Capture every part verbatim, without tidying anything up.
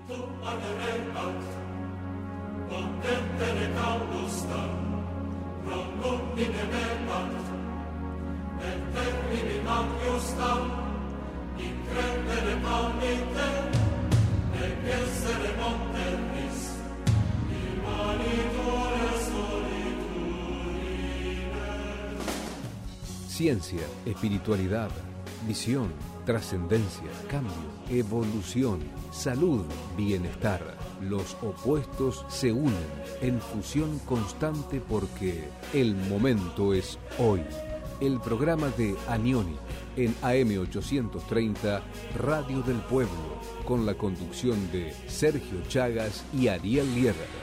Ciencia, espiritualidad, visión, trascendencia, cambio, evolución, salud, bienestar. Los opuestos se unen en fusión constante porque el momento es hoy. El programa de Anionic en A M ochocientos treinta, Radio del Pueblo, con la conducción de Sergio Chagas y Ariel Lierra.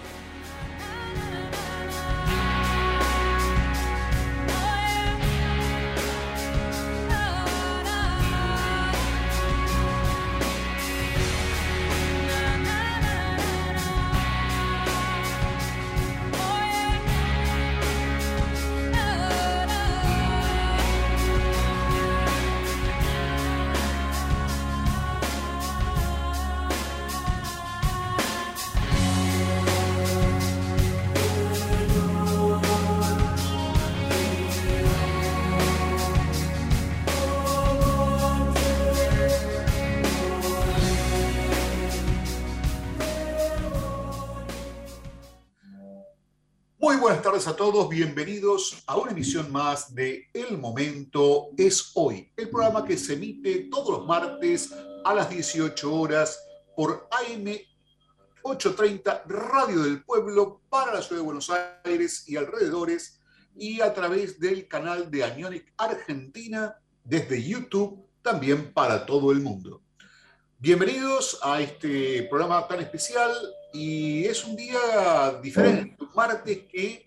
Buenas tardes a todos, bienvenidos a una emisión más de El Momento es Hoy, el programa que se emite todos los martes a las dieciocho horas por A M ochocientos treinta Radio del Pueblo para la ciudad de Buenos Aires y alrededores, y a través del canal de Anionic Argentina desde YouTube también para todo el mundo. Bienvenidos a este programa tan especial, y es un día diferente, un martes que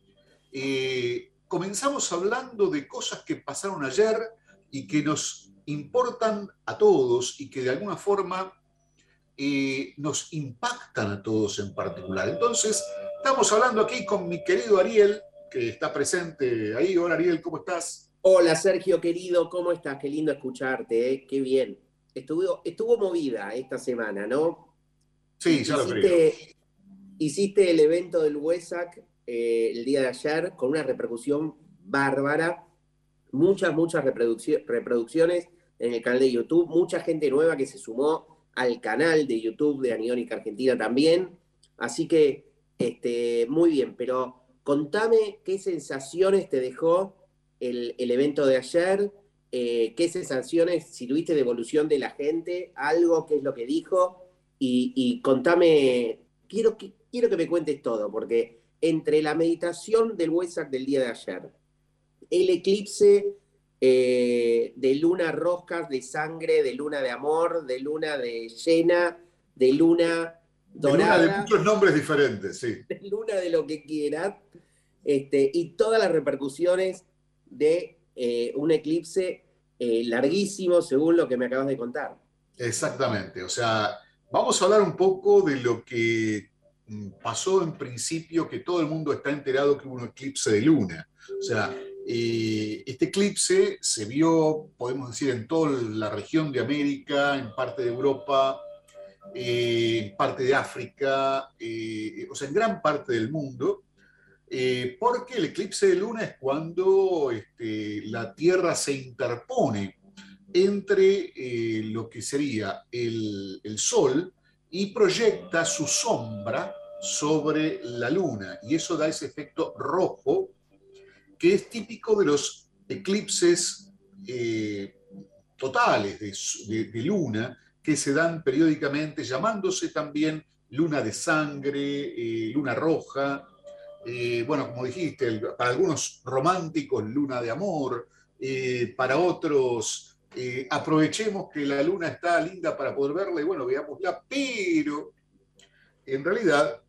eh, comenzamos hablando de cosas que pasaron ayer y que nos importan a todos y que de alguna forma eh, nos impactan a todos en particular. Entonces, estamos hablando aquí con mi querido Ariel, que está presente ahí. Hola Ariel, ¿cómo estás? Hola Sergio, querido, ¿cómo estás? Qué lindo escucharte, ¿eh? Qué bien. Estuvo, estuvo movida esta semana, ¿no? Sí, ya lo creo. Hiciste el evento del WESAC eh, el día de ayer con una repercusión bárbara, muchas, muchas reproduccio- reproducciones en el canal de YouTube, mucha gente nueva que se sumó al canal de YouTube de Anionic Argentina también, así que este, muy bien, pero contame qué sensaciones te dejó el, el evento de ayer, eh, qué sensaciones, si tuviste de evolución de la gente, algo, qué es lo que dijo. Y, y contame, quiero que, quiero que me cuentes todo, porque entre la meditación del WESAC del día de ayer, el eclipse eh, de luna roscas, de sangre, de luna de amor, de luna de llena, de luna dorada. De luna de muchos nombres diferentes, sí. De luna de lo que quieras, este, y todas las repercusiones de eh, un eclipse eh, larguísimo, según lo que me acabas de contar. Exactamente, o sea... Vamos a hablar un poco de lo que pasó en principio, que todo el mundo está enterado que hubo un eclipse de luna. O sea, eh, este eclipse se vio, podemos decir, en toda la región de América, en parte de Europa, eh, en parte de África, eh, o sea, en gran parte del mundo, eh, porque el eclipse de luna es cuando este, la Tierra se interpone entre eh, lo que sería el, el Sol y proyecta su sombra sobre la Luna, y eso da ese efecto rojo que es típico de los eclipses eh, totales de, de, de Luna, que se dan periódicamente, llamándose también luna de sangre, eh, luna roja, eh, bueno, como dijiste, el, para algunos románticos, luna de amor, eh, para otros... Eh, aprovechemos que la luna está linda para poder verla y bueno, veámosla, pero en realidad,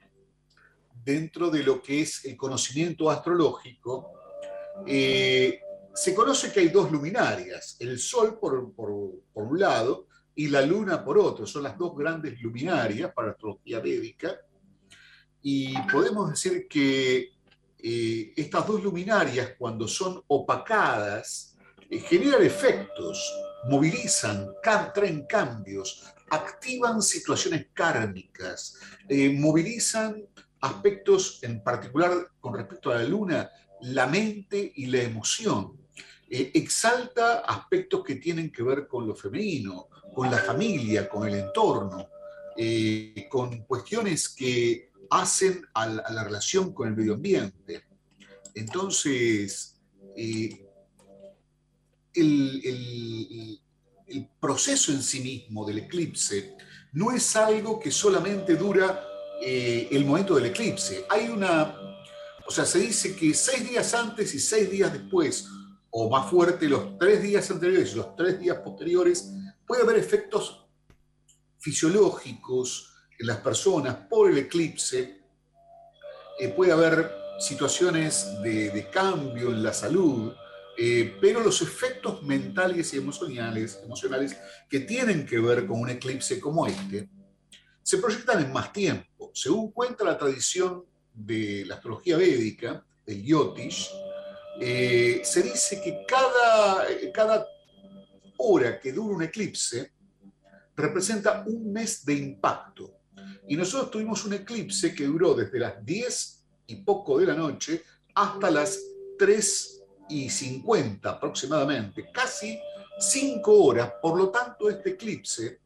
dentro de lo que es el conocimiento astrológico, eh, se conoce que hay dos luminarias, el Sol por, por, por un lado y la Luna por otro, son las dos grandes luminarias para la astrología védica, y podemos decir que eh, estas dos luminarias, cuando son opacadas, generan efectos, movilizan, traen cambios, activan situaciones kármicas, eh, movilizan aspectos, en particular con respecto a la luna, la mente y la emoción. Eh, exalta aspectos que tienen que ver con lo femenino, con la familia, con el entorno, eh, con cuestiones que hacen a la, a la relación con el medio ambiente. Entonces, eh, el, el, el proceso en sí mismo del eclipse no es algo que solamente dura eh, el momento del eclipse. Hay una, o sea, se dice que seis días antes y seis días después, o más fuerte, los tres días anteriores y los tres días posteriores, puede haber efectos fisiológicos en las personas por el eclipse, eh, puede haber situaciones de, de cambio en la salud, eh, pero los efectos mentales y emocionales, emocionales que tienen que ver con un eclipse como este, se proyectan en más tiempo. Según cuenta la tradición de la astrología védica, del Jyotish, eh, se dice que cada, cada hora que dura un eclipse representa un mes de impacto. Y nosotros tuvimos un eclipse que duró desde las diez y poco de la noche hasta las tres y cincuenta aproximadamente, casi cinco horas. Por lo tanto, este eclipse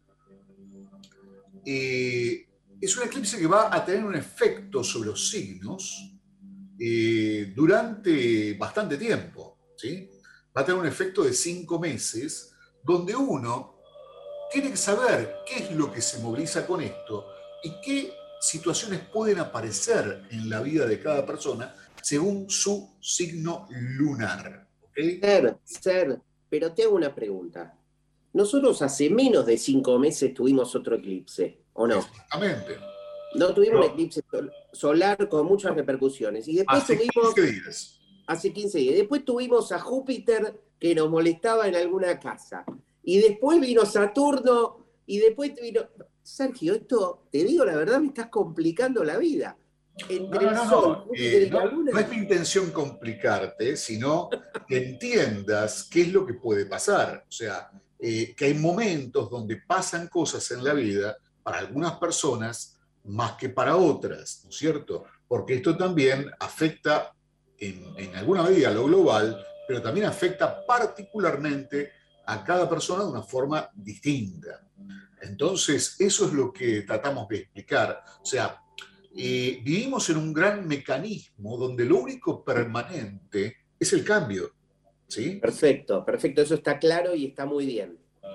eh, es un eclipse que va a tener un efecto sobre los signos eh, durante bastante tiempo, ¿sí? Va a tener un efecto de cinco meses, donde uno tiene que saber qué es lo que se moviliza con esto y qué situaciones pueden aparecer en la vida de cada persona según su signo lunar. ¿Okay? Ser, ser, pero te hago una pregunta. Nosotros hace menos de cinco meses tuvimos otro eclipse, ¿o no? Exactamente. No tuvimos no. un eclipse solar con muchas repercusiones. Y después hace tuvimos, quince días. Hace quince días. Después tuvimos a Júpiter que nos molestaba en alguna casa. Y después vino Saturno, y después vino... Sergio, esto, te digo la verdad, me estás complicando la vida. Entre no, no, el Sol, no, Júpiter eh, y la no, Luna... no es mi intención complicarte, sino que entiendas qué es lo que puede pasar. O sea, eh, que hay momentos donde pasan cosas en la vida, para algunas personas, más que para otras, ¿no es cierto? Porque esto también afecta en, en alguna medida a lo global, pero también afecta particularmente a cada persona de una forma distinta. Entonces, eso es lo que tratamos de explicar. O sea, eh, vivimos en un gran mecanismo donde lo único permanente es el cambio, ¿sí? Perfecto, perfecto, eso está claro y está muy bien.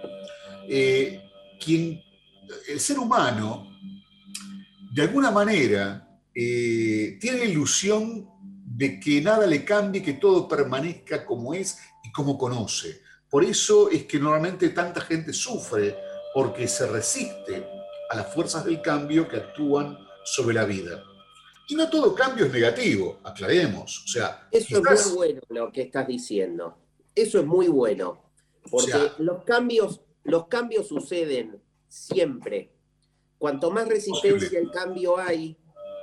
Eh, quien, el ser humano, de alguna manera, eh, tiene la ilusión de que nada le cambie, que todo permanezca como es y como conoce. Por eso es que normalmente tanta gente sufre, porque se resiste a las fuerzas del cambio que actúan sobre la vida. Y no todo cambio es negativo, aclaremos. O sea, eso quizás, es muy bueno lo que estás diciendo. Eso es muy bueno. Porque o sea, los, cambios, los cambios suceden siempre. Cuanto más resistencia posible. al cambio hay,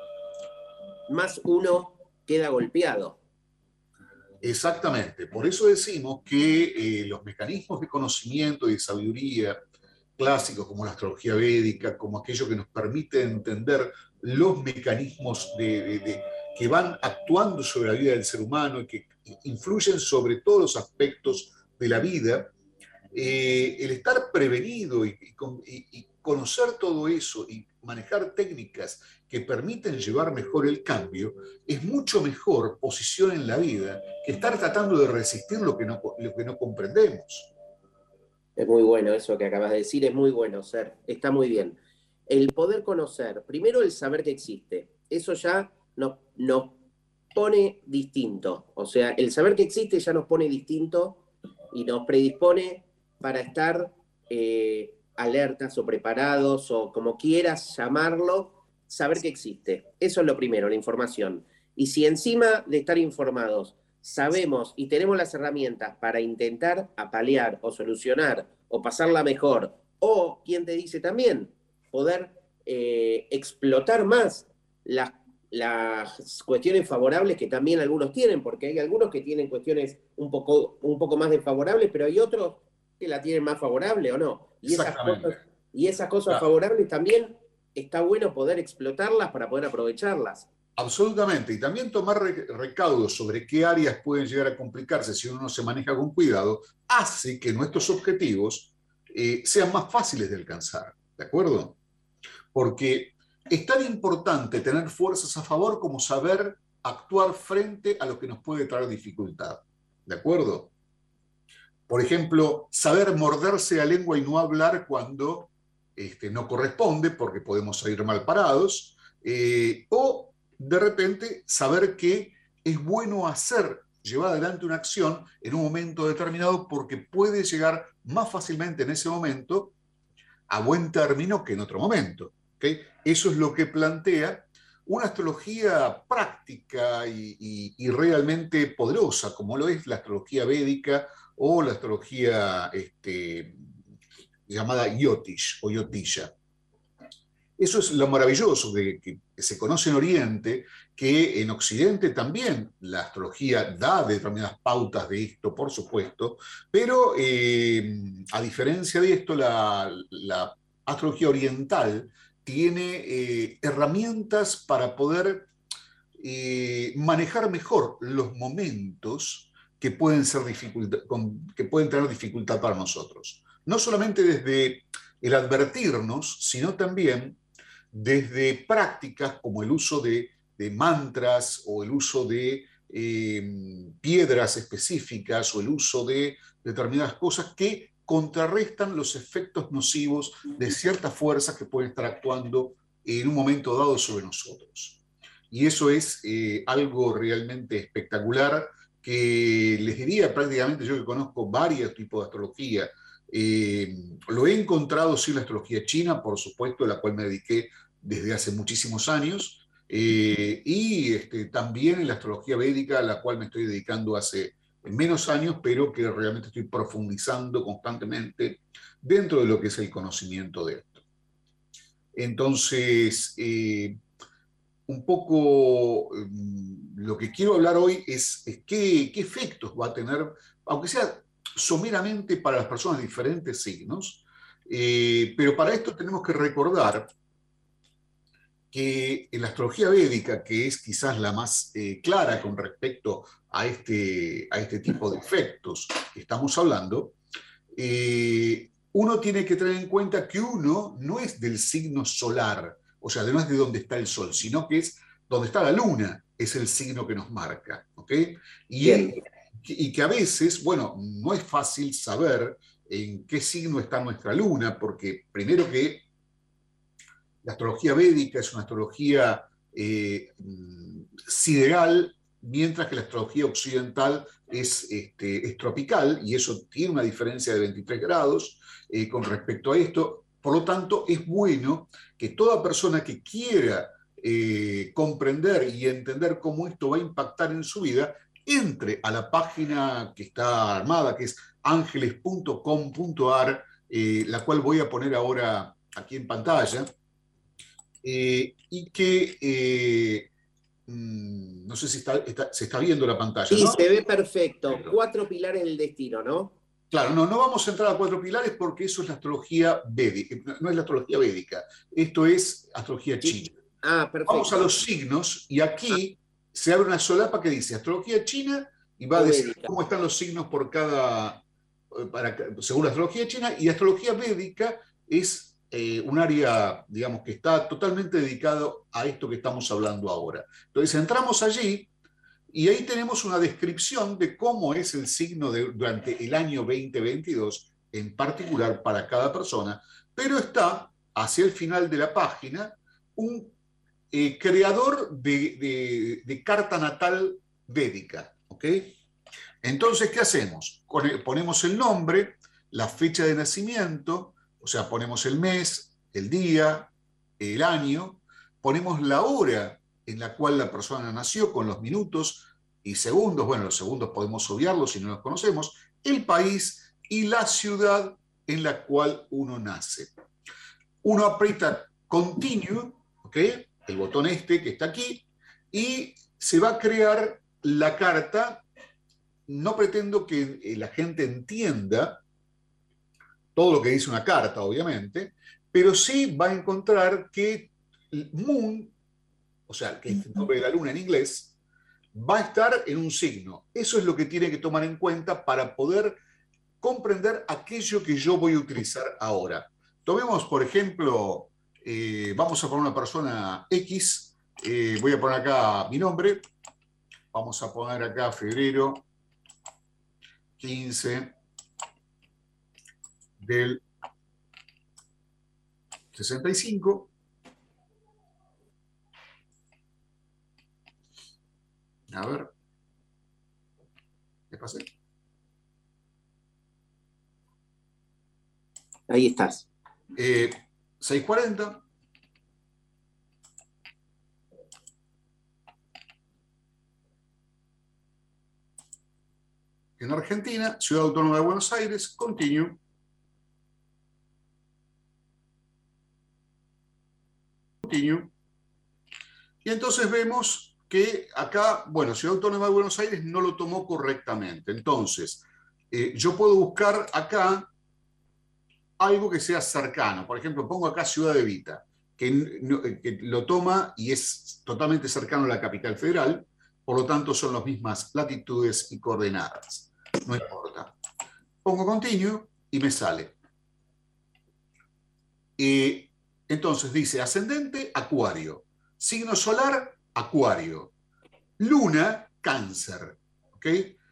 más uno queda golpeado. Exactamente. Por eso decimos que eh, los mecanismos de conocimiento y de sabiduría clásicos como la astrología védica, como aquello que nos permite entender los mecanismos de, de, de, que van actuando sobre la vida del ser humano y que influyen sobre todos los aspectos de la vida, eh, el estar prevenido y, y, y conocer todo eso y manejar técnicas que permiten llevar mejor el cambio, es mucho mejor posición en la vida que estar tratando de resistir lo que no, lo que no comprendemos. Es muy bueno eso que acabas de decir, es muy bueno, Ser, está muy bien. El poder conocer, primero el saber que existe, eso ya nos, nos pone distinto. O sea, el saber que existe ya nos pone distinto y nos predispone para estar eh, alertas o preparados o como quieras llamarlo, saber que existe. Eso es lo primero, la información. Y si encima de estar informados sabemos y tenemos las herramientas para intentar apalear o solucionar o pasarla mejor, o, quien te dice también, poder eh, explotar más las, las cuestiones favorables que también algunos tienen, porque hay algunos que tienen cuestiones un poco, un poco más desfavorables, pero hay otros que la tienen más favorable o no. Y esas cosas, Y esas cosas Claro. favorables también está bueno poder explotarlas para poder aprovecharlas. Absolutamente. Y también tomar re recaudos sobre qué áreas pueden llegar a complicarse si uno no se maneja con cuidado, hace que nuestros objetivos eh, sean más fáciles de alcanzar. ¿De acuerdo? Porque es tan importante tener fuerzas a favor como saber actuar frente a lo que nos puede traer dificultad. ¿De acuerdo? Por ejemplo, saber morderse la lengua y no hablar cuando este, no corresponde, porque podemos salir mal parados, eh, o de repente saber que es bueno hacer, llevar adelante una acción en un momento determinado porque puede llegar más fácilmente en ese momento a buen término que en otro momento. ¿Okay? Eso es lo que plantea una astrología práctica y, y, y realmente poderosa, como lo es la astrología védica o la astrología este, llamada Yotish o Yotisha. Eso es lo maravilloso de que se conoce en Oriente, que en Occidente también la astrología da determinadas pautas de esto, por supuesto, pero eh, a diferencia de esto, la, la astrología oriental tiene eh, herramientas para poder eh, manejar mejor los momentos que pueden, ser con, que pueden tener dificultad para nosotros. No solamente desde el advertirnos, sino también desde prácticas como el uso de, de mantras o el uso de eh, piedras específicas o el uso de determinadas cosas que contrarrestan los efectos nocivos de ciertas fuerzas que pueden estar actuando en un momento dado sobre nosotros. Y eso es eh, algo realmente espectacular que les diría prácticamente, yo que conozco varios tipos de astrología, eh, lo he encontrado sí en la astrología china, por supuesto, a la cual me dediqué desde hace muchísimos años, eh, y este, también en la astrología védica, a la cual me estoy dedicando hace menos años, pero que realmente estoy profundizando constantemente dentro de lo que es el conocimiento de esto. Entonces, eh, un poco um, lo que quiero hablar hoy es, es qué, qué efectos va a tener, aunque sea someramente para las personas de diferentes signos, eh, pero para esto tenemos que recordar que en la astrología védica, que es quizás la más eh, clara con respecto a este, a este tipo de efectos que estamos hablando, eh, uno tiene que tener en cuenta que uno no es del signo solar, o sea, no es de donde está el sol, sino que es donde está la luna, es el signo que nos marca, ¿ok? Y, el, y que a veces, bueno, no es fácil saber en qué signo está nuestra luna, porque primero que la astrología védica es una astrología eh, sideral, mientras que la astrología occidental es, este, es tropical, y eso tiene una diferencia de veintitrés grados eh, con respecto a esto. Por lo tanto, es bueno que toda persona que quiera eh, comprender y entender cómo esto va a impactar en su vida, entre a la página que está armada, que es ángeles punto com punto a r, eh, la cual voy a poner ahora aquí en pantalla. Eh, y que eh, mmm, no sé si está, está, se está viendo la pantalla. Sí, ¿no? se ve perfecto. Cuatro pilares del destino, ¿no? Claro, no, no vamos a entrar a cuatro pilares porque eso es la astrología védica, no es la astrología védica, esto es astrología china. Sí. Ah, perfecto. Vamos a los signos y aquí ah. se abre una solapa que dice astrología china y va a decir védica. Cómo están los signos por cada, para, según la astrología china, y astrología védica es Eh, un área, digamos, que está totalmente dedicado a esto que estamos hablando ahora. Entonces entramos allí y ahí tenemos una descripción de cómo es el signo de, durante el año veinte veintidós, en particular para cada persona, pero está hacia el final de la página un eh, creador de, de, de carta natal védica, ¿ok? Entonces, ¿qué hacemos? Ponemos el nombre, la fecha de nacimiento, o sea, ponemos el mes, el día, el año, ponemos la hora en la cual la persona nació con los minutos y segundos, bueno, los segundos podemos obviarlos si no los conocemos, el país y la ciudad en la cual uno nace. Uno aprieta Continue, ¿ok? El botón este que está aquí, y se va a crear la carta. No pretendo que la gente entienda todo lo que dice una carta, obviamente, pero sí va a encontrar que Moon, o sea, que es el nombre de la luna en inglés, va a estar en un signo. Eso es lo que tiene que tomar en cuenta para poder comprender aquello que yo voy a utilizar ahora. Tomemos, por ejemplo, eh, vamos a poner una persona X, eh, voy a poner acá mi nombre, vamos a poner acá febrero quince del sesenta y cinco. A ver, ¿qué pasé? Ahí estás. Eh, seiscientos cuarenta. En Argentina, Ciudad Autónoma de Buenos Aires, continue. Continue. Y entonces vemos que acá, bueno, Ciudad Autónoma de Buenos Aires no lo tomó correctamente. Entonces, eh, yo puedo buscar acá algo que sea cercano. Por ejemplo, pongo acá Ciudad de Vita, que, no, que lo toma y es totalmente cercano a la capital federal, por lo tanto son las mismas latitudes y coordenadas. No importa. Pongo continue y me sale. Eh, entonces dice ascendente, Acuario. Signo solar, Acuario. Luna, Cáncer. ¿Ok?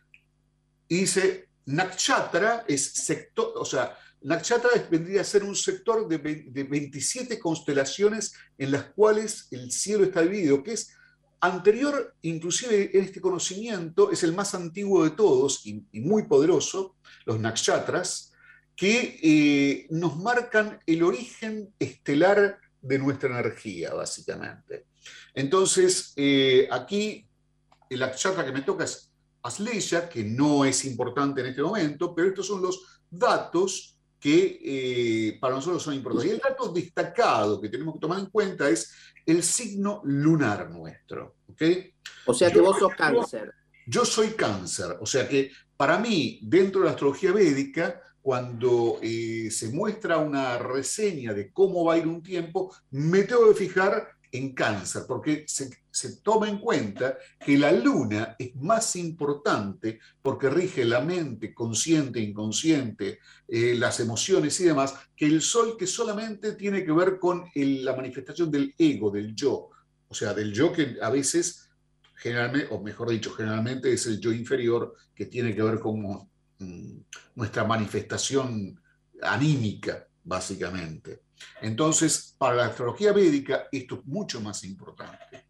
Y dice Nakshatra es sector, o sea, Nakshatra vendría a ser un sector de, de veintisiete constelaciones en las cuales el cielo está dividido, que es anterior, inclusive en este conocimiento, es el más antiguo de todos y, y muy poderoso, los nakshatras, que eh, nos marcan el origen estelar de nuestra energía, básicamente. Entonces, eh, aquí el nakshatra que me toca es Aslesha, que no es importante en este momento, pero estos son los datos que eh, para nosotros son importantes. Y el dato destacado que tenemos que tomar en cuenta es el signo lunar nuestro. ¿Okay? O sea que yo, vos sos Cáncer. Yo soy Cáncer, o sea que para mí, dentro de la astrología védica, cuando eh, se muestra una reseña de cómo va a ir un tiempo, me tengo que fijar en Cáncer, porque se, se toma en cuenta que la luna es más importante porque rige la mente consciente, inconsciente, eh, las emociones y demás, que el sol, que solamente tiene que ver con el, la manifestación del ego, del yo, o sea, del yo que a veces, generalmente, o mejor dicho, generalmente es el yo inferior que tiene que ver con mm, nuestra manifestación anímica, básicamente. Entonces, para la astrología védica, esto es mucho más importante.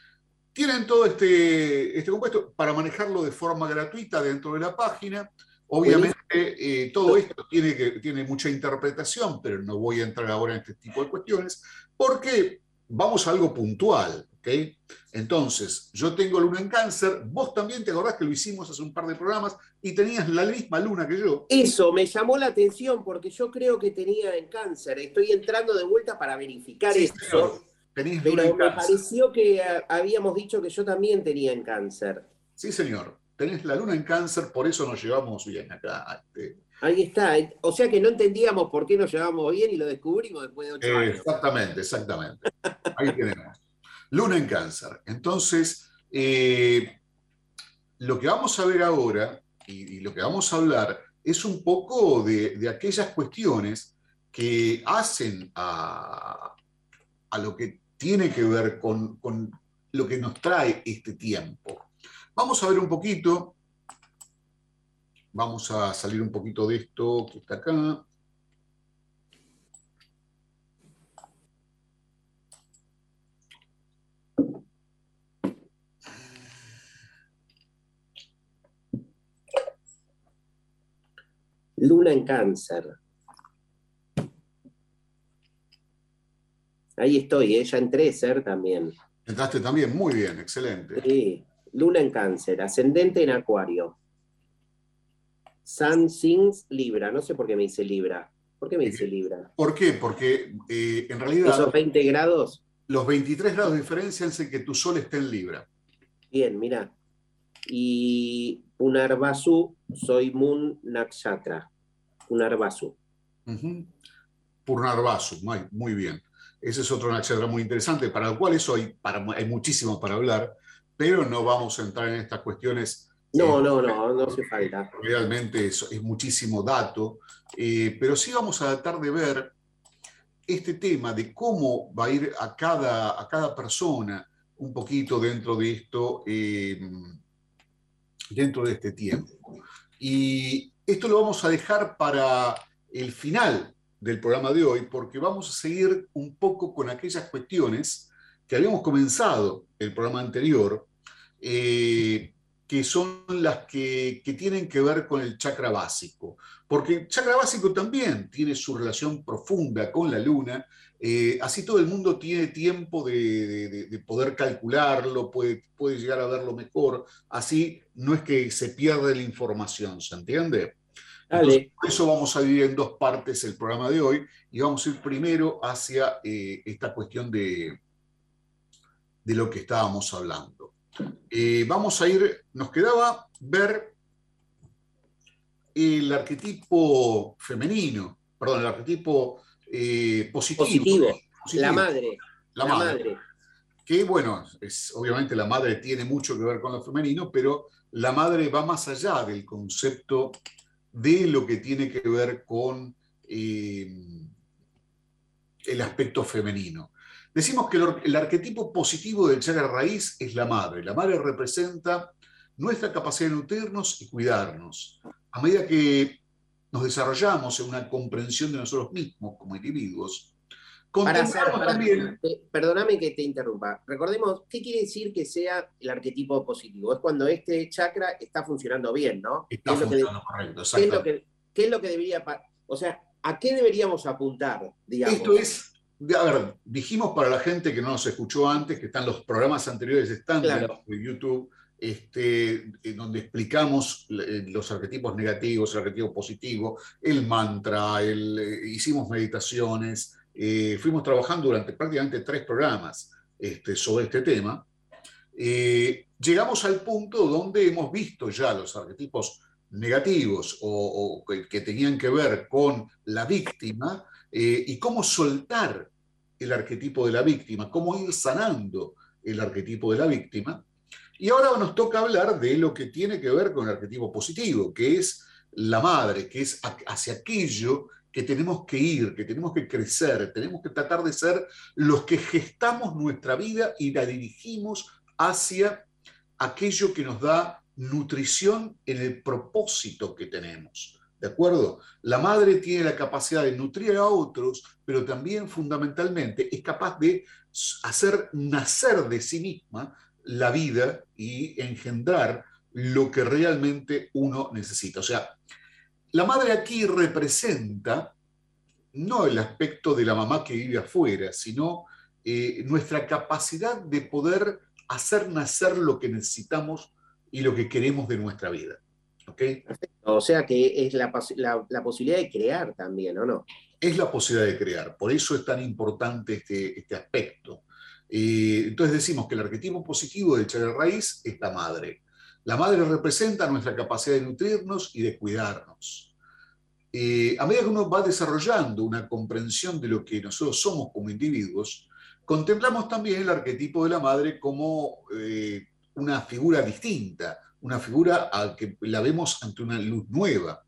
Tienen todo este, este compuesto para manejarlo de forma gratuita dentro de la página. Obviamente, eh, todo esto tiene, que, tiene mucha interpretación, pero no voy a entrar ahora en este tipo de cuestiones, porque vamos a algo puntual. ¿Okay? Entonces, yo tengo luna en Cáncer, vos también te acordás que lo hicimos hace un par de programas y tenías la misma luna que yo. Eso me llamó la atención porque yo creo que tenía en Cáncer. Estoy entrando de vuelta para verificar sí, eso. Señor. Tenés pero luna en me Cáncer. pareció que habíamos dicho que yo también tenía en Cáncer. Sí, señor. Tenés la luna en Cáncer, por eso nos llevamos bien acá. Este... Ahí está. O sea que no entendíamos por qué nos llevamos bien y lo descubrimos después de ocho eh, años. Exactamente, exactamente. Ahí tenemos. Luna en Cáncer. Entonces, eh, lo que vamos a ver ahora y, y lo que vamos a hablar es un poco de, de aquellas cuestiones que hacen a, a lo que tiene que ver con, con lo que nos trae este tiempo. Vamos a ver un poquito, vamos a salir un poquito de esto que está acá. Luna en Cáncer. Ahí estoy, ella ¿eh? entré, Ser también. Entraste también, muy bien, excelente. Sí, Luna en Cáncer, ascendente en Acuario. Sun Signs Libra, no sé por qué me dice Libra. ¿Por qué me dice Libra? ¿Por qué? Porque eh, en realidad... ¿Esos veinte grados? Los veintitrés grados de diferencia hacen que tu sol esté en Libra. Bien, mira. Y Punarvasu, soy Moon Nakshatra. Punarvasu. Uh-huh. Purnarvasu, muy, muy bien. Ese es otro nakshatra muy interesante, para el cual eso hay, para, hay muchísimo para hablar, pero no vamos a entrar en estas cuestiones. No, eh, no, no, no hace falta. Realmente es, es muchísimo dato, eh, pero sí vamos a tratar de ver este tema de cómo va a ir a cada, a cada persona un poquito dentro de esto, eh, dentro de este tiempo. Y esto lo vamos a dejar para el final del programa de hoy, porque vamos a seguir un poco con aquellas cuestiones que habíamos comenzado el programa anterior, eh, que son las que, que tienen que ver con el chakra básico, porque el chakra básico también tiene su relación profunda con la luna, eh, así todo el mundo tiene tiempo de, de, de poder calcularlo, puede, puede llegar a verlo mejor, así no es que se pierde la información, ¿se entiende? Entonces, por eso vamos a dividir en dos partes el programa de hoy y vamos a ir primero hacia eh, esta cuestión de, de lo que estábamos hablando. Eh, vamos a ir, nos quedaba ver el arquetipo femenino, perdón, el arquetipo eh, positivo, positivo. positivo. La madre. La, la madre. madre. Que bueno, es, obviamente la madre tiene mucho que ver con lo femenino, pero la madre va más allá del concepto de lo que tiene que ver con eh, el aspecto femenino. Decimos que el, el arquetipo positivo del chakra raíz es la madre. La madre representa nuestra capacidad de nutrirnos y cuidarnos. A medida que nos desarrollamos en una comprensión de nosotros mismos como individuos, para hacer, para, también... eh, perdóname que te interrumpa. Recordemos, ¿qué quiere decir que sea el arquetipo positivo? Es cuando este chakra está funcionando bien, ¿no? Está funcionando correcto, ¿qué es, lo que, ¿Qué es lo que debería... O sea, ¿a qué deberíamos apuntar, digamos? Esto es... A ver, dijimos para la gente que no nos escuchó antes, que están los programas anteriores, están claro. en YouTube, este, en donde explicamos los arquetipos negativos, el arquetipo positivo, el mantra, el, eh, hicimos meditaciones, eh, fuimos trabajando durante prácticamente tres programas este, sobre este tema. Eh, llegamos al punto donde hemos visto ya los arquetipos negativos o, o que, que tenían que ver con la víctima, Eh, y cómo soltar el arquetipo de la víctima, cómo ir sanando el arquetipo de la víctima. Y ahora nos toca hablar de lo que tiene que ver con el arquetipo positivo, que es la madre, que es hacia aquello que tenemos que ir, que tenemos que crecer, tenemos que tratar de ser los que gestamos nuestra vida y la dirigimos hacia aquello que nos da nutrición en el propósito que tenemos. ¿De acuerdo? La madre tiene la capacidad de nutrir a otros, pero también fundamentalmente es capaz de hacer nacer de sí misma la vida y engendrar lo que realmente uno necesita. O sea, la madre aquí representa no el aspecto de la mamá que vive afuera, sino eh, nuestra capacidad de poder hacer nacer lo que necesitamos y lo que queremos de nuestra vida. ¿Okay? O sea que es la, la, la posibilidad de crear también, ¿o no? Es la posibilidad de crear, por eso es tan importante este, este aspecto. Eh, entonces decimos que el arquetipo positivo del chakra raíz es la madre. La madre representa nuestra capacidad de nutrirnos y de cuidarnos. Eh, a medida que uno va desarrollando una comprensión de lo que nosotros somos como individuos, contemplamos también el arquetipo de la madre como eh, una figura distinta, una figura a que la vemos ante una luz nueva.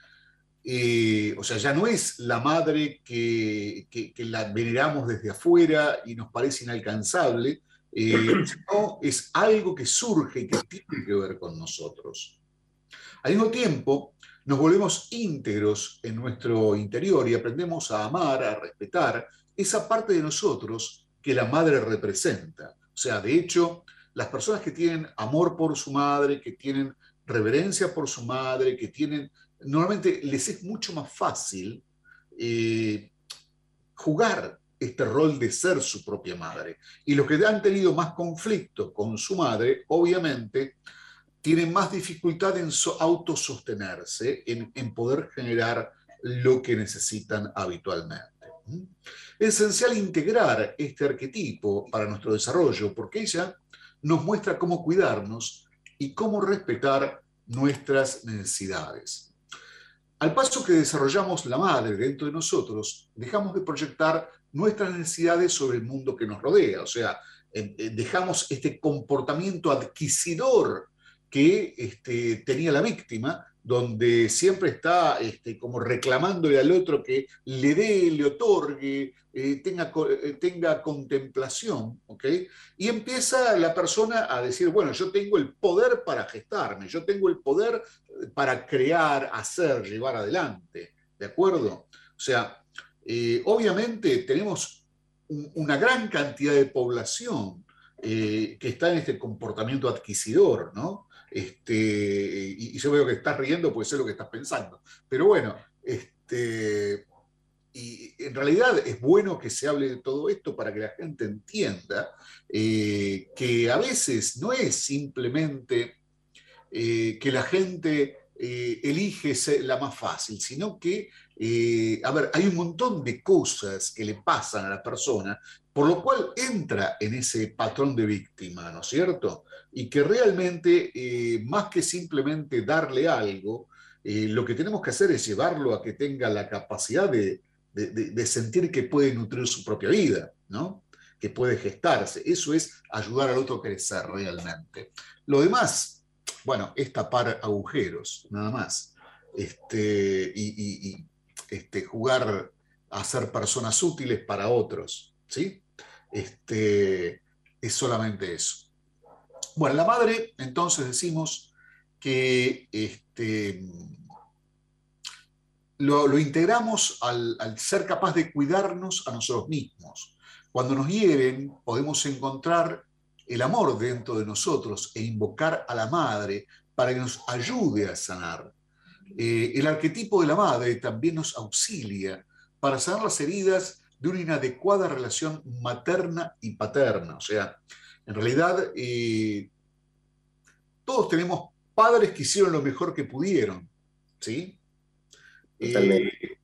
Eh, o sea, ya no es la madre que, que, que la veneramos desde afuera y nos parece inalcanzable, eh, sino es algo que surge y que tiene que ver con nosotros. Al mismo tiempo, nos volvemos íntegros en nuestro interior y aprendemos a amar, a respetar esa parte de nosotros que la madre representa. O sea, de hecho, las personas que tienen amor por su madre, que tienen reverencia por su madre, que tienen, normalmente les es mucho más fácil eh, jugar este rol de ser su propia madre. Y los que han tenido más conflicto con su madre, obviamente, tienen más dificultad en autosostenerse, en, en poder generar lo que necesitan habitualmente. Es esencial integrar este arquetipo para nuestro desarrollo, porque ella nos muestra cómo cuidarnos y cómo respetar nuestras necesidades. Al paso que desarrollamos la madre dentro de nosotros, dejamos de proyectar nuestras necesidades sobre el mundo que nos rodea. O sea, eh, eh, dejamos este comportamiento adquisidor que este, tenía la víctima, donde siempre está este, como reclamándole al otro que le dé, le otorgue, eh, tenga, eh, tenga contemplación, ¿ok? Y empieza la persona a decir, bueno, yo tengo el poder para gestarme, yo tengo el poder para crear, hacer, llevar adelante, ¿de acuerdo? O sea, eh, obviamente tenemos un, una gran cantidad de población eh, que está en este comportamiento adquisidor, ¿no? Este, y, y yo veo que estás riendo porque sé lo que estás pensando. Pero bueno, este, y en realidad es bueno que se hable de todo esto para que la gente entienda eh, que a veces no es simplemente eh, que la gente eh, elige la más fácil, sino que, eh, a ver, hay un montón de cosas que le pasan a la persona, por lo cual entra en ese patrón de víctima, ¿no es cierto? Y que realmente, eh, más que simplemente darle algo, eh, lo que tenemos que hacer es llevarlo a que tenga la capacidad de, de, de, de sentir que puede nutrir su propia vida, ¿no? Que puede gestarse. Eso es ayudar al otro a crecer realmente. Lo demás, bueno, es tapar agujeros, nada más. Este, y, y, y este, jugar a ser personas útiles para otros, ¿sí? Este, es solamente eso. Bueno, la madre, entonces decimos que este, lo, lo integramos al, al ser capaz de cuidarnos a nosotros mismos. Cuando nos hieren, podemos encontrar el amor dentro de nosotros e invocar a la madre para que nos ayude a sanar. Eh, el arquetipo de la madre también nos auxilia para sanar las heridas de una inadecuada relación materna y paterna. O sea, en realidad eh, todos tenemos padres que hicieron lo mejor que pudieron, ¿sí? Totalmente. Eh,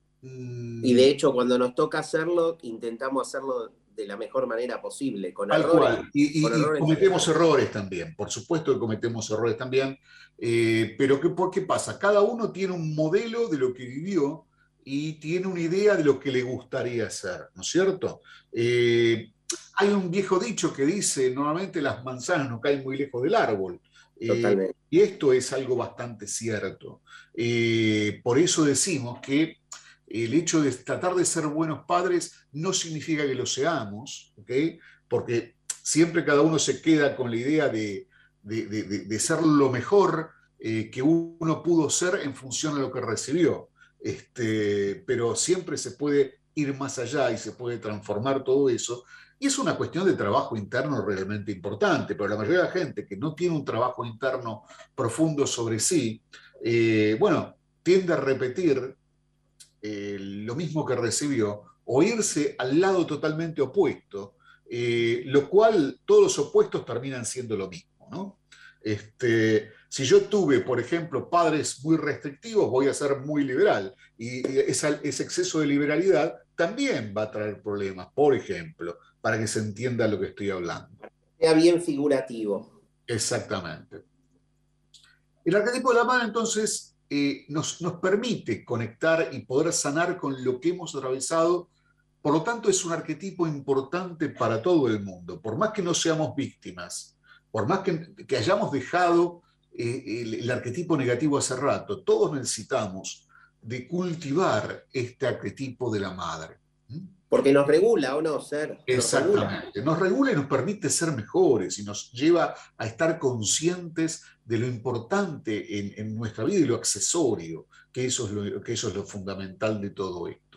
y de hecho, cuando nos toca hacerlo, intentamos hacerlo de la mejor manera posible, con Tal errores. cual. Y, y, con y errores cometemos errores también, por supuesto que cometemos errores también, eh, pero ¿qué, ¿por qué pasa? Cada uno tiene un modelo de lo que vivió y tiene una idea de lo que le gustaría hacer, ¿no es cierto? Eh, hay un viejo dicho que dice, normalmente las manzanas no caen muy lejos del árbol. Eh, y esto es algo bastante cierto. Eh, por eso decimos que el hecho de tratar de ser buenos padres no significa que lo seamos, ¿ok? Porque siempre cada uno se queda con la idea de, de, de, de ser lo mejor eh, que uno pudo ser en función de lo que recibió. Este, pero siempre se puede ir más allá y se puede transformar todo eso. Y es una cuestión de trabajo interno realmente importante, pero la mayoría de la gente que no tiene un trabajo interno profundo sobre sí, eh, bueno, tiende a repetir Eh, lo mismo que recibió, o irse al lado totalmente opuesto, eh, lo cual todos los opuestos terminan siendo lo mismo, ¿no? Este, si yo tuve, por ejemplo, padres muy restrictivos, voy a ser muy liberal, y esa, ese exceso de liberalidad también va a traer problemas, por ejemplo, para que se entienda lo que estoy hablando. Sea bien figurativo. Exactamente. El arquetipo de la madre, entonces, Eh, nos, nos permite conectar y poder sanar con lo que hemos atravesado. Por lo tanto, es un arquetipo importante para todo el mundo. Por más que no seamos víctimas, por más que, que hayamos dejado eh, el, el arquetipo negativo hace rato, todos necesitamos de cultivar este arquetipo de la madre. ¿Mm? Porque nos regula, ¿o no, Ser? Nos Exactamente. regula. Nos regula y nos permite ser mejores y nos lleva a estar conscientes de lo importante en, en nuestra vida y lo accesorio, que eso es lo, que eso es lo fundamental de todo esto.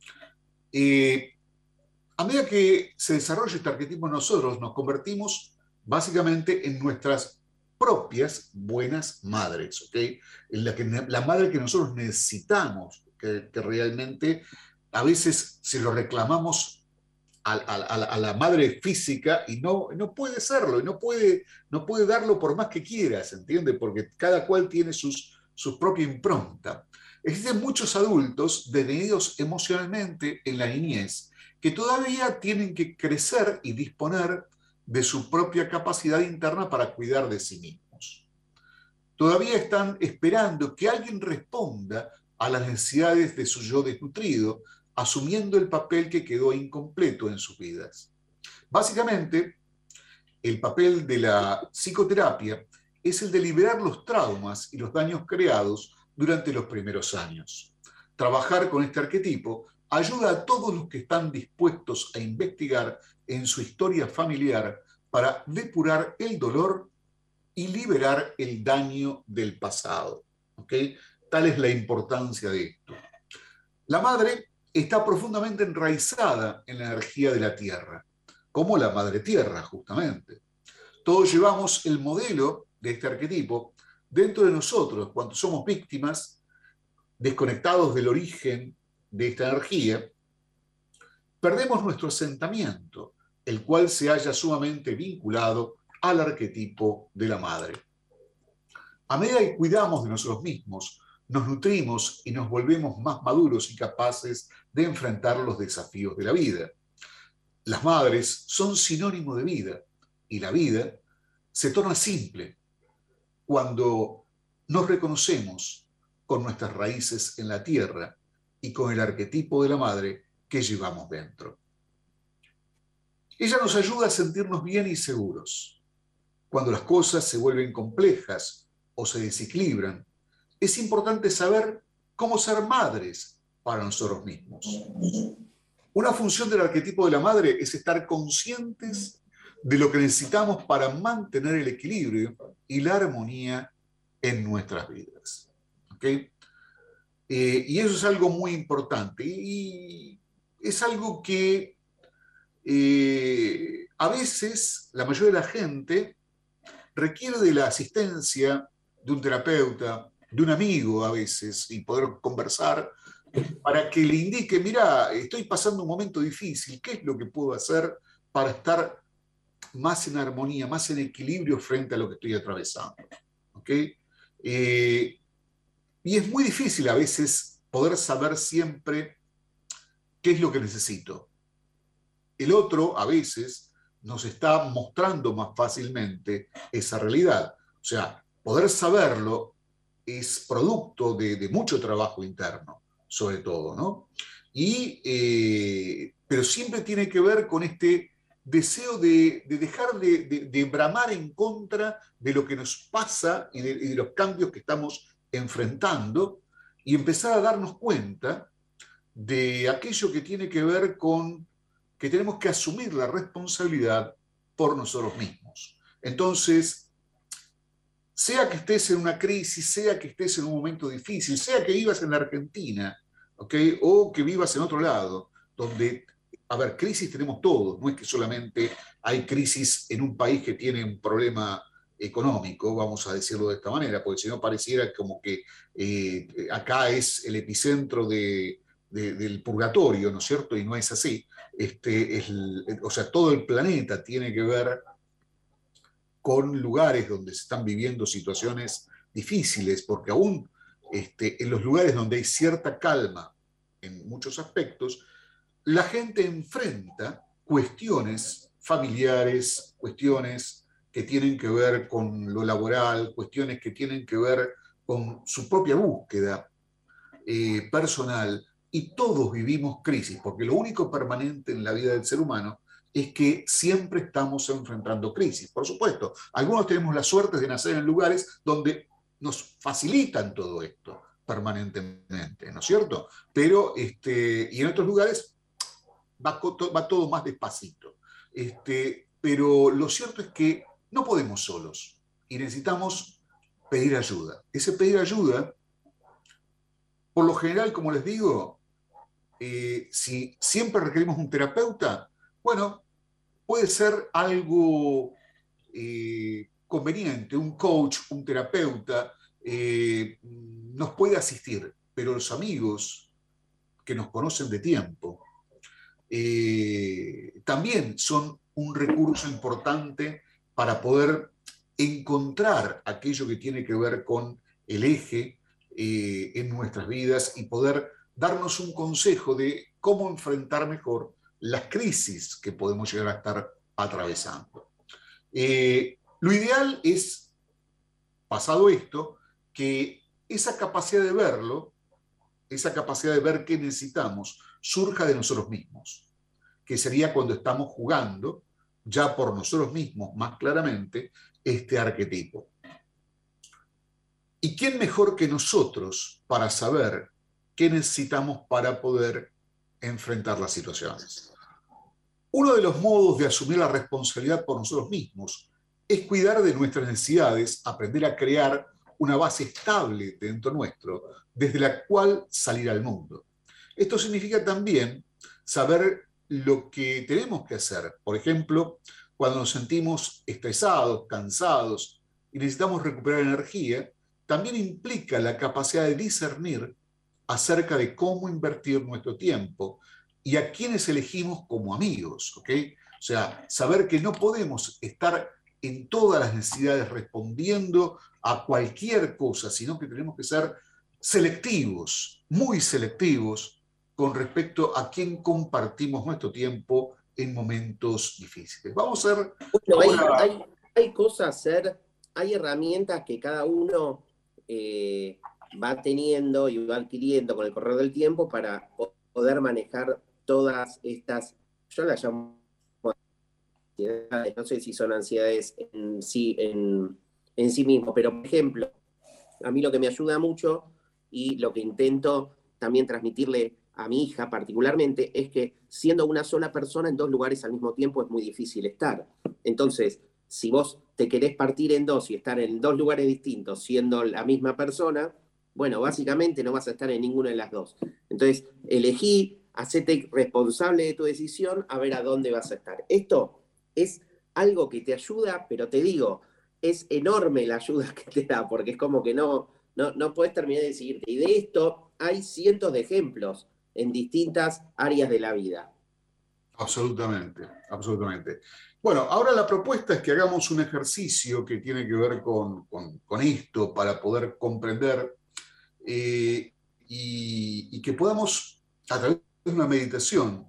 Eh, a medida que se desarrolla este arquetipo en nosotros, nos convertimos básicamente en nuestras propias buenas madres, ¿ok? En la, que, la madre que nosotros necesitamos, que, que realmente a veces se lo reclamamos A, a, a, la madre física y no, no puede serlo, y no puede, no puede darlo por más que quiera, ¿se entiende? Porque cada cual tiene sus, su propia impronta. Existen muchos adultos detenidos emocionalmente en la niñez que todavía tienen que crecer y disponer de su propia capacidad interna para cuidar de sí mismos. Todavía están esperando que alguien responda a las necesidades de su yo desnutrido, asumiendo el papel que quedó incompleto en sus vidas. Básicamente, el papel de la psicoterapia es el de liberar los traumas y los daños creados durante los primeros años. Trabajar con este arquetipo ayuda a todos los que están dispuestos a investigar en su historia familiar para depurar el dolor y liberar el daño del pasado. ¿Okay? Tal es la importancia de esto. La madre está profundamente enraizada en la energía de la tierra, como la madre tierra, justamente. Todos llevamos el modelo de este arquetipo dentro de nosotros cuando somos víctimas, desconectados del origen de esta energía, perdemos nuestro asentamiento, el cual se halla sumamente vinculado al arquetipo de la madre. A medida que cuidamos de nosotros mismos, nos nutrimos y nos volvemos más maduros y capaces de enfrentar los desafíos de la vida. Las madres son sinónimo de vida y la vida se torna simple cuando nos reconocemos con nuestras raíces en la tierra y con el arquetipo de la madre que llevamos dentro. Ella nos ayuda a sentirnos bien y seguros. Cuando las cosas se vuelven complejas o se desequilibran, es importante saber cómo ser madres para nosotros mismos. Una función del arquetipo de la madre es estar conscientes de lo que necesitamos para mantener el equilibrio y la armonía en nuestras vidas. ¿Okay? Eh, y eso es algo muy importante. Y es algo que eh, a veces la mayoría de la gente requiere de la asistencia de un terapeuta, de un amigo a veces, y poder conversar para que le indique, mira, estoy pasando un momento difícil, ¿qué es lo que puedo hacer para estar más en armonía, más en equilibrio frente a lo que estoy atravesando? ¿Okay? Eh, y es muy difícil a veces poder saber siempre qué es lo que necesito. El otro a veces nos está mostrando más fácilmente esa realidad. O sea, poder saberlo es producto de, de mucho trabajo interno, sobre todo, ¿no? Y, eh, pero siempre tiene que ver con este deseo de, de dejar de, de, de bramar en contra de lo que nos pasa y de, y de los cambios que estamos enfrentando y empezar a darnos cuenta de aquello que tiene que ver con que tenemos que asumir la responsabilidad por nosotros mismos. Entonces, sea que estés en una crisis, sea que estés en un momento difícil, sea que vivas en la Argentina, ¿okay? O que vivas en otro lado, donde, a ver, crisis tenemos todos, no es que solamente hay crisis en un país que tiene un problema económico, vamos a decirlo de esta manera, porque si no pareciera como que eh, acá es el epicentro de, de, del purgatorio, ¿no es cierto? Y no es así. Este, es el, o sea, todo el planeta tiene que ver con lugares donde se están viviendo situaciones difíciles, porque aún este, en los lugares donde hay cierta calma en muchos aspectos, la gente enfrenta cuestiones familiares, cuestiones que tienen que ver con lo laboral, cuestiones que tienen que ver con su propia búsqueda eh, personal, y todos vivimos crisis, porque lo único permanente en la vida del ser humano es que siempre estamos enfrentando crisis. Por supuesto, algunos tenemos la suerte de nacer en lugares donde nos facilitan todo esto permanentemente, ¿no es cierto? Pero, este, y en otros lugares va, va todo más despacito. Este, pero lo cierto es que no podemos solos y necesitamos pedir ayuda. Ese pedir ayuda, por lo general, como les digo, eh, si siempre requerimos un terapeuta, bueno, puede ser algo eh, conveniente, un coach, un terapeuta, eh, nos puede asistir, pero los amigos que nos conocen de tiempo eh, también son un recurso importante para poder encontrar aquello que tiene que ver con el eje eh, en nuestras vidas y poder darnos un consejo de cómo enfrentar mejor las crisis que podemos llegar a estar atravesando. Eh, lo ideal es, pasado esto, que esa capacidad de verlo esa capacidad de ver qué necesitamos, surja de nosotros mismos, que sería cuando estamos jugando ya por nosotros mismos, más claramente, este arquetipo. ¿Y quién mejor que nosotros para saber qué necesitamos para poder enfrentar las situaciones? Uno de los modos de asumir la responsabilidad por nosotros mismos es cuidar de nuestras necesidades, aprender a crear una base estable dentro nuestro, desde la cual salir al mundo. Esto significa también saber lo que tenemos que hacer. Por ejemplo, cuando nos sentimos estresados, cansados y necesitamos recuperar energía, también implica la capacidad de discernir acerca de cómo invertir nuestro tiempo y a quienes elegimos como amigos, ¿ok? O sea, saber que no podemos estar en todas las necesidades respondiendo a cualquier cosa, sino que tenemos que ser selectivos, muy selectivos, con respecto a quién compartimos nuestro tiempo en momentos difíciles. Vamos a ver... Bueno, ahora... hay, hay, hay cosas a hacer, hay herramientas que cada uno eh, va teniendo y va adquiriendo con el correr del tiempo para poder manejar todas estas, yo las llamo ansiedades, no sé si son ansiedades en sí, en, en sí mismo, pero por ejemplo, a mí lo que me ayuda mucho y lo que intento también transmitirle a mi hija particularmente es que siendo una sola persona en dos lugares al mismo tiempo es muy difícil estar. Entonces, si vos te querés partir en dos y estar en dos lugares distintos siendo la misma persona, bueno, básicamente no vas a estar en ninguna de las dos. Entonces, elegí, hacete responsable de tu decisión, a ver a dónde vas a estar. Esto es algo que te ayuda, pero te digo, es enorme la ayuda que te da, porque es como que no, no, no puedes terminar de decidirte. Y de esto hay cientos de ejemplos en distintas áreas de la vida. Absolutamente, absolutamente. Bueno, ahora la propuesta es que hagamos un ejercicio que tiene que ver con, con, con esto para poder comprender eh, y, y que podamos, a través de una meditación,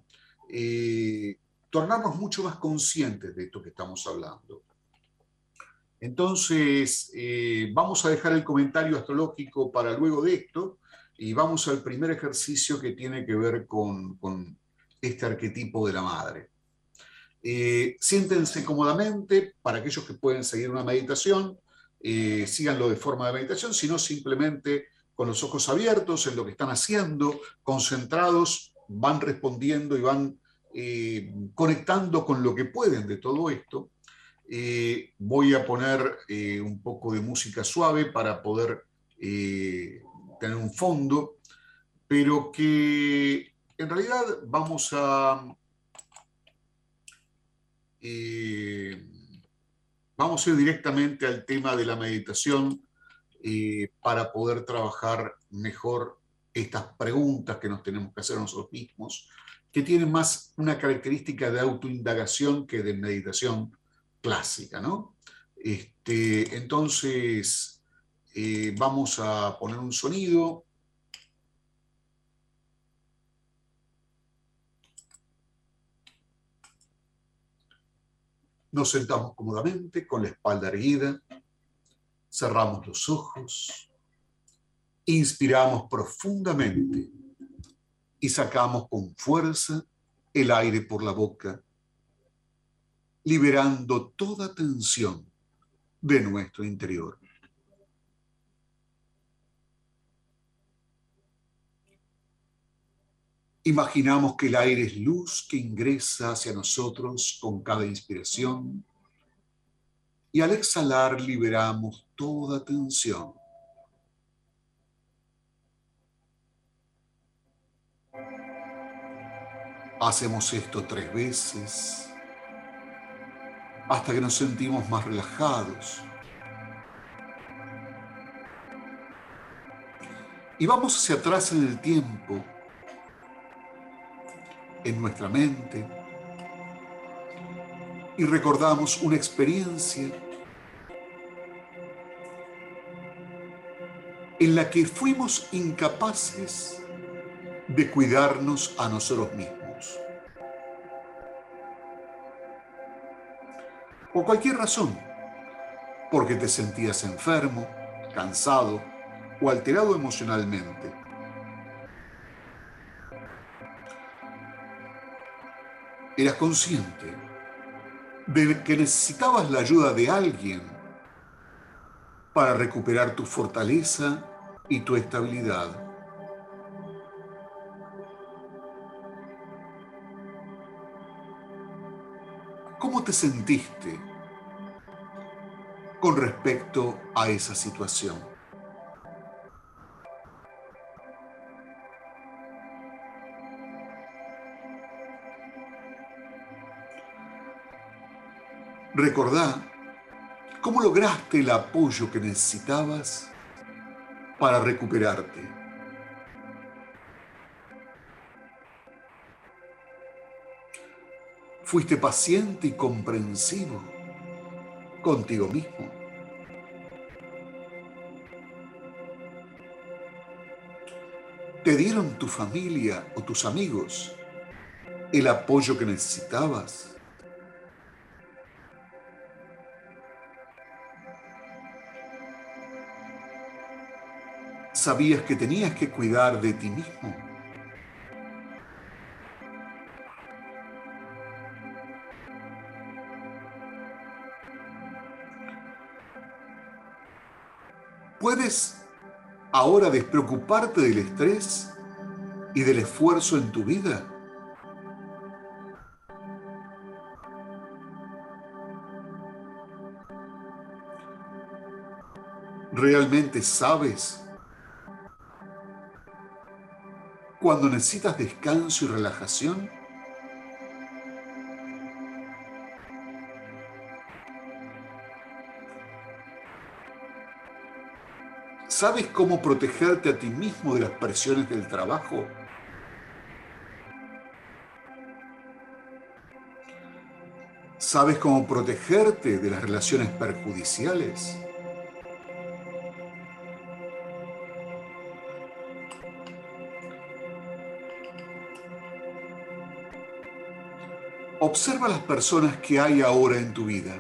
eh, tornarnos mucho más conscientes de esto que estamos hablando. Entonces, eh, vamos a dejar el comentario astrológico para luego de esto y vamos al primer ejercicio que tiene que ver con, con este arquetipo de la madre. Eh, siéntense cómodamente, para aquellos que pueden seguir una meditación, eh, síganlo de forma de meditación, sino simplemente con los ojos abiertos en lo que están haciendo, concentrados, van respondiendo y van eh, conectando con lo que pueden de todo esto. Eh, voy a poner eh, un poco de música suave para poder eh, tener un fondo, pero que en realidad vamos a eh, vamos a ir directamente al tema de la meditación eh, para poder trabajar mejor estas preguntas que nos tenemos que hacer nosotros mismos, que tienen más una característica de autoindagación que de meditación clásica, ¿no? Este, entonces, eh, vamos a poner un sonido. Nos sentamos cómodamente con la espalda erguida, cerramos los ojos, inspiramos profundamente y sacamos con fuerza el aire por la boca, liberando toda tensión de nuestro interior. Imaginamos que el aire es luz que ingresa hacia nosotros con cada inspiración y al exhalar liberamos toda tensión. Hacemos esto tres veces hasta que nos sentimos más relajados. Y vamos hacia atrás en el tiempo, en nuestra mente, y recordamos una experiencia en la que fuimos incapaces de cuidarnos a nosotros mismos. Por cualquier razón, porque te sentías enfermo, cansado o alterado emocionalmente. Eras consciente de que necesitabas la ayuda de alguien para recuperar tu fortaleza y tu estabilidad. ¿Cómo te sentiste con respecto a esa situación? Recordá cómo lograste el apoyo que necesitabas para recuperarte. Fuiste paciente y comprensivo contigo mismo. ¿Te dieron tu familia o tus amigos el apoyo que necesitabas? ¿Sabías que tenías que cuidar de ti mismo? ¿Puedes ahora despreocuparte del estrés y del esfuerzo en tu vida? ¿Realmente sabes cuando necesitas descanso y relajación? ¿Sabes cómo protegerte a ti mismo de las presiones del trabajo? ¿Sabes cómo protegerte de las relaciones perjudiciales? Observa las personas que hay ahora en tu vida.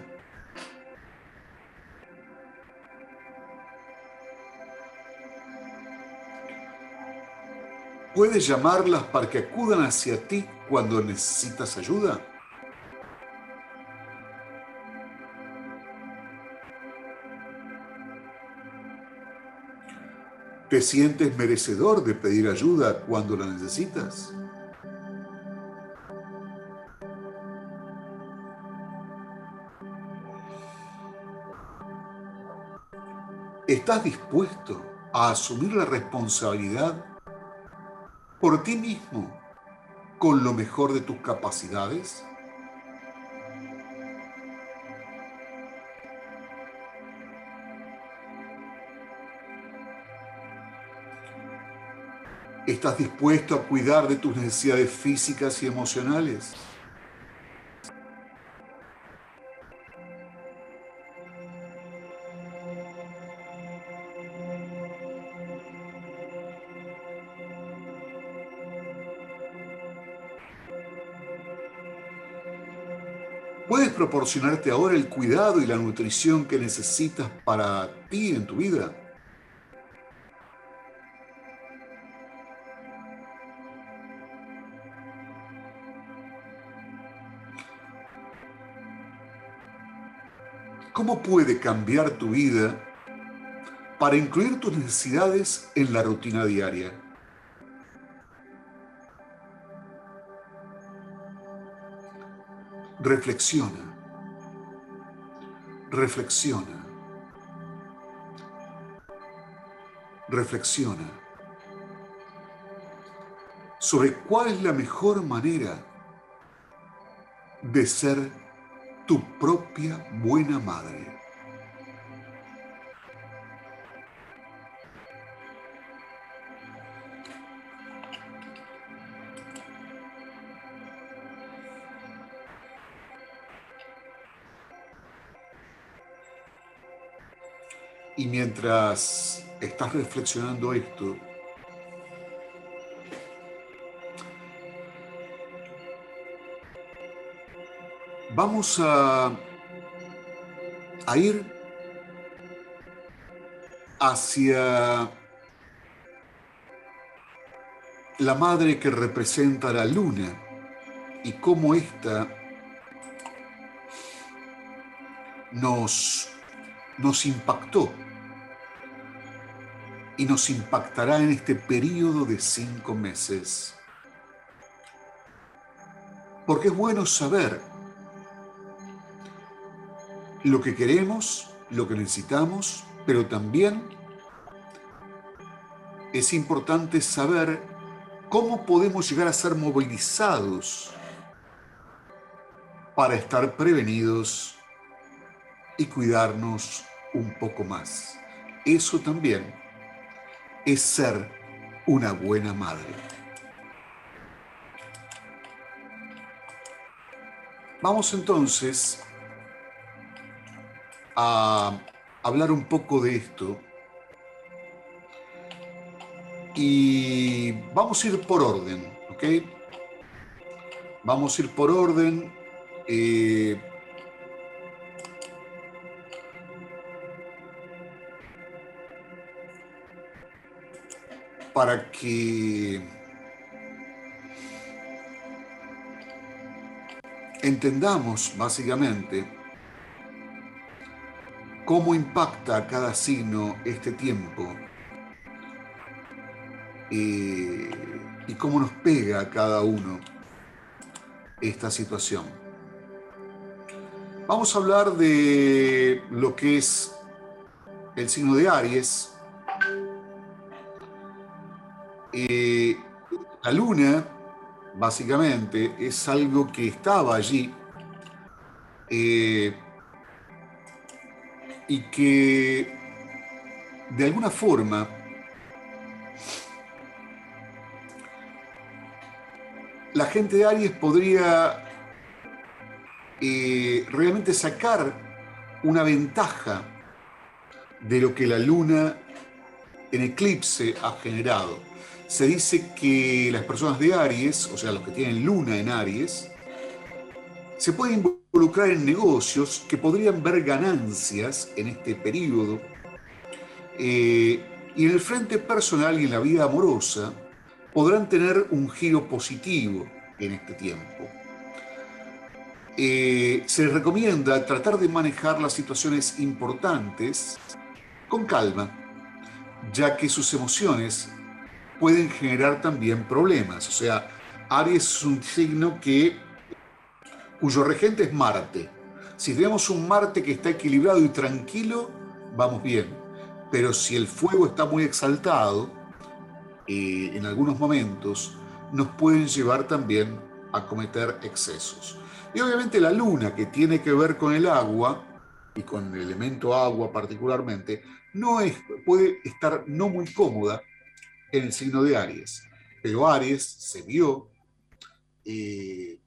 ¿Puedes llamarlas para que acudan hacia ti cuando necesitas ayuda? ¿Te sientes merecedor de pedir ayuda cuando la necesitas? ¿Estás dispuesto a asumir la responsabilidad por ti mismo con lo mejor de tus capacidades? ¿Estás dispuesto a cuidar de tus necesidades físicas y emocionales? ¿Puedes proporcionarte ahora el cuidado y la nutrición que necesitas para ti en tu vida? ¿Cómo puede cambiar tu vida para incluir tus necesidades en la rutina diaria? Reflexiona, reflexiona, reflexiona sobre cuál es la mejor manera de ser tu propia buena madre. Y mientras estás reflexionando esto, vamos a, a ir hacia la madre que representa la luna y cómo esta nos, nos impactó y nos impactará en este periodo de cinco meses. Porque es bueno saber lo que queremos, lo que necesitamos, pero también es importante saber cómo podemos llegar a ser movilizados para estar prevenidos y cuidarnos un poco más. Eso también es ser una buena madre. Vamos entonces a hablar un poco de esto y vamos a ir por orden, ¿ok? Vamos a ir por orden. Eh, para que entendamos básicamente cómo impacta a cada signo este tiempo eh, y cómo nos pega a cada uno esta situación. Vamos a hablar de lo que es el signo de Aries. Eh, la luna, básicamente, es algo que estaba allí eh, y que de alguna forma la gente de Aries podría eh, realmente sacar una ventaja de lo que la luna en eclipse ha generado. Se dice que las personas de Aries, o sea, los que tienen luna en Aries, se pueden involucrar en negocios que podrían ver ganancias en este periodo. Eh, y en el frente personal y en la vida amorosa podrán tener un giro positivo en este tiempo. Eh, se les recomienda tratar de manejar las situaciones importantes con calma, ya que sus emociones pueden generar también problemas. O sea, Aries es un signo que, cuyo regente es Marte. Si tenemos un Marte que está equilibrado y tranquilo, vamos bien. Pero si el fuego está muy exaltado, eh, en algunos momentos, nos pueden llevar también a cometer excesos. Y obviamente la luna, que tiene que ver con el agua, y con el elemento agua particularmente, no es, puede estar no muy cómoda en el signo de Aries. Pero Aries se vio eh,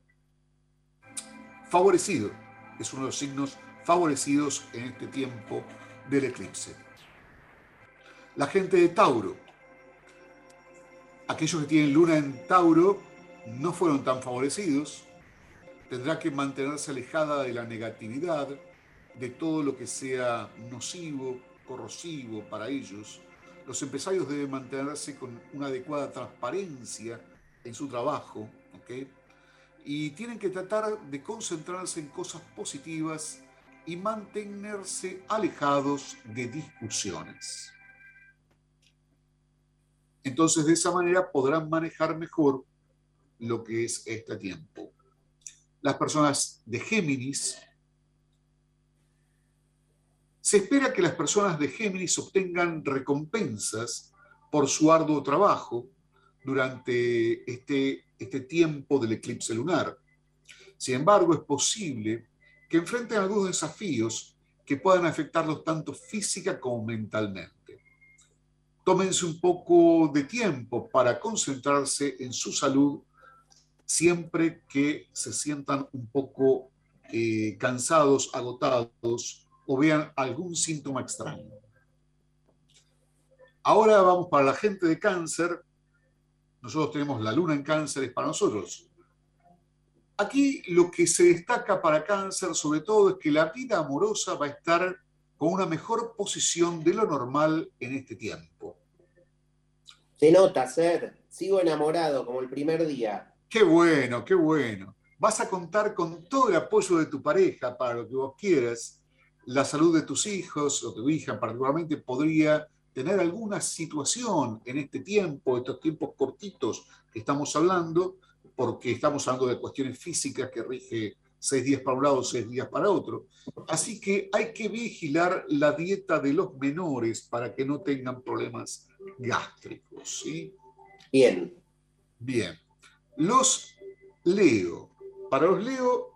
favorecido, es uno de los signos favorecidos en este tiempo del eclipse. La gente de Tauro, aquellos que tienen luna en Tauro, no fueron tan favorecidos. Tendrá que mantenerse alejada de la negatividad, de todo lo que sea nocivo, corrosivo para ellos. Los empresarios deben mantenerse con una adecuada transparencia en su trabajo, ¿ok? Y tienen que tratar de concentrarse en cosas positivas y mantenerse alejados de discusiones. Entonces, de esa manera podrán manejar mejor lo que es este tiempo. Las personas de Géminis, se espera que las personas de Géminis obtengan recompensas por su arduo trabajo durante este, este tiempo del eclipse lunar. Sin embargo, es posible que enfrenten algunos desafíos que puedan afectarlos tanto física como mentalmente. Tómense un poco de tiempo para concentrarse en su salud siempre que se sientan un poco eh, cansados, agotados o vean algún síntoma extraño. Ahora vamos para la gente de Cáncer. Nosotros tenemos la luna en Cáncer, es para nosotros. Aquí lo que se destaca para Cáncer sobre todo es que la vida amorosa va a estar con una mejor posición de lo normal en este tiempo. Se nota, Ser. Sigo enamorado como el primer día. Qué bueno, qué bueno. Vas a contar con todo el apoyo de tu pareja para lo que vos quieras. La salud de tus hijos o tu hija particularmente podría tener alguna situación en este tiempo, estos tiempos cortitos que estamos hablando, porque estamos hablando de cuestiones físicas que rige seis días para un lado, seis días para otro. Así que hay que vigilar la dieta de los menores para que no tengan problemas gástricos, ¿sí? Bien. Bien. Los Leo. Para los Leo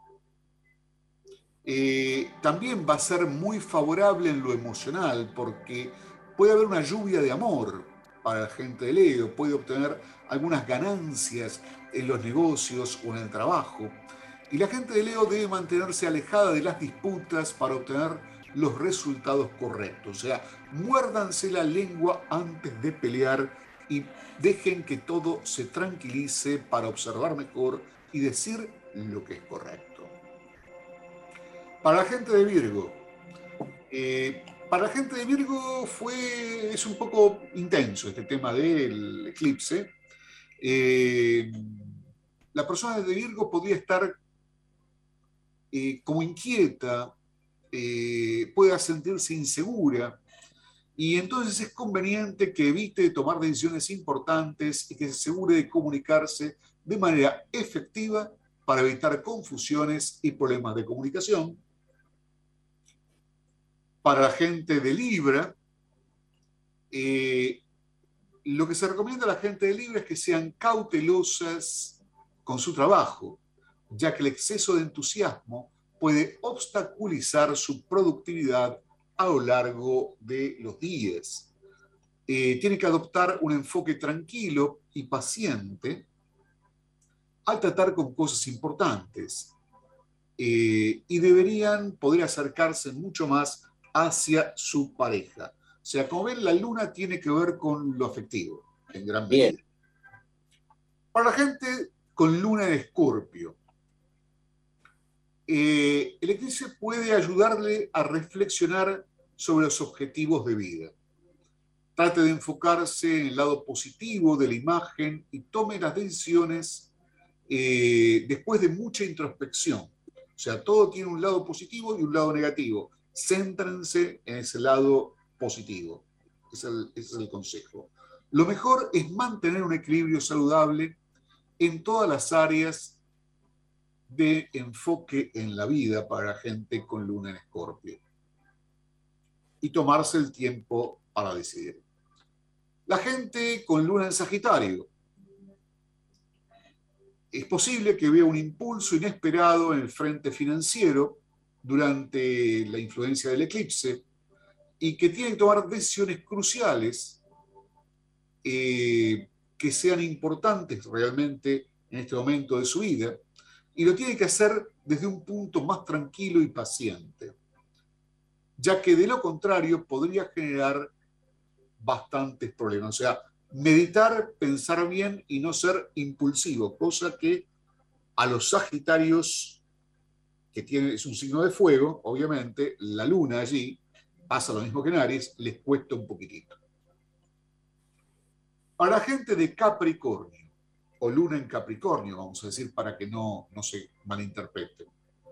eh, también va a ser muy favorable en lo emocional porque puede haber una lluvia de amor para la gente de Leo, puede obtener algunas ganancias en los negocios o en el trabajo. Y la gente de Leo debe mantenerse alejada de las disputas para obtener los resultados correctos. O sea, muérdanse la lengua antes de pelear y dejen que todo se tranquilice para observar mejor y decir lo que es correcto. Para la gente de Virgo, eh, para la gente de Virgo fue, es un poco intenso este tema del eclipse. Eh, la persona de Virgo podría estar eh, como inquieta, eh, pueda sentirse insegura, y entonces es conveniente que evite tomar decisiones importantes y que se asegure de comunicarse de manera efectiva para evitar confusiones y problemas de comunicación. Para la gente de Libra, eh, lo que se recomienda a la gente de Libra es que sean cautelosas con su trabajo, ya que el exceso de entusiasmo puede obstaculizar su productividad a lo largo de los días. Eh, tiene que adoptar un enfoque tranquilo y paciente al tratar con cosas importantes eh, y deberían poder acercarse mucho más hacia su pareja. O sea, como ven, la luna tiene que ver con lo afectivo, en gran medida. Bien. Para la gente con luna en Escorpio, Eh, el eclipse puede ayudarle a reflexionar sobre los objetivos de vida. Trate de enfocarse en el lado positivo de la imagen y tome las decisiones eh, después de mucha introspección. O sea, todo tiene un lado positivo y un lado negativo. Céntrense en ese lado positivo. Ese es el, ese es el consejo. Lo mejor es mantener un equilibrio saludable en todas las áreas de enfoque en la vida para gente con luna en Escorpio y tomarse el tiempo para decidir. La gente con luna en Sagitario, es posible que vea un impulso inesperado en el frente financiero durante la influencia del eclipse y que tiene que tomar decisiones cruciales eh, que sean importantes realmente en este momento de su vida. Y lo tiene que hacer desde un punto más tranquilo y paciente, ya que de lo contrario podría generar bastantes problemas. O sea, meditar, pensar bien y no ser impulsivo, cosa que a los Sagitarios, que tiene, es un signo de fuego, obviamente, la luna allí, pasa lo mismo que en Aries, les cuesta un poquitito. Para la gente de Capricornio, o luna en Capricornio, vamos a decir, para que no, no se malinterprete.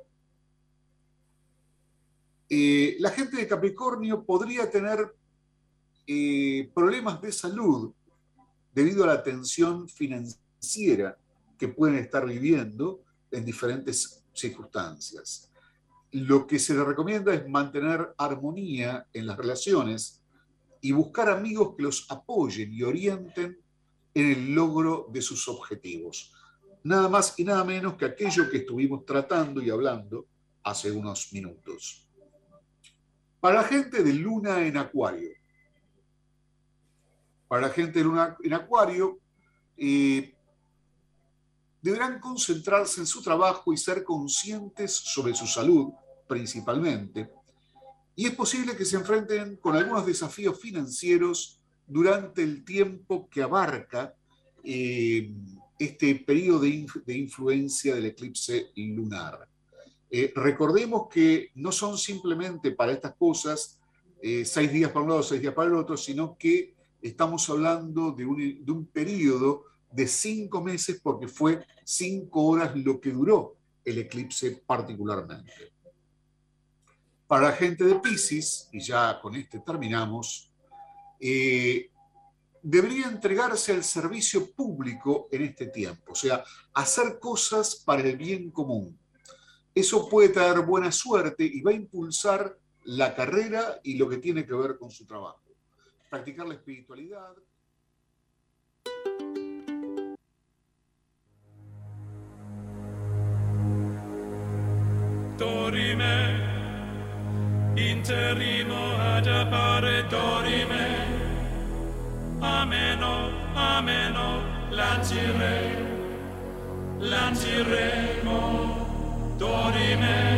Eh, la gente de Capricornio podría tener eh, problemas de salud debido a la tensión financiera que pueden estar viviendo en diferentes circunstancias. Lo que se les recomienda es mantener armonía en las relaciones y buscar amigos que los apoyen y orienten en el logro de sus objetivos. Nada más y nada menos que aquello que estuvimos tratando y hablando hace unos minutos. Para la gente de luna en Acuario, para la gente de luna en Acuario, eh, deberán concentrarse en su trabajo y ser conscientes sobre su salud, principalmente. Y es posible que se enfrenten con algunos desafíos financieros durante el tiempo que abarca eh, este periodo de, inf de influencia del eclipse lunar. Eh, recordemos que no son simplemente para estas cosas eh, seis días para un lado, seis días para el otro, sino que estamos hablando de un, de un periodo de cinco meses, porque fue cinco horas lo que duró el eclipse particularmente. Para la gente de Piscis, y ya con este terminamos, eh, debería entregarse al servicio público en este tiempo, o sea, hacer cosas para el bien común. Eso puede traer buena suerte y va a impulsar la carrera y lo que tiene que ver con su trabajo. Practicar la espiritualidad. Dorime, interimo ad appare dorime, ameno, ameno, lancire, lanciremo, dorime.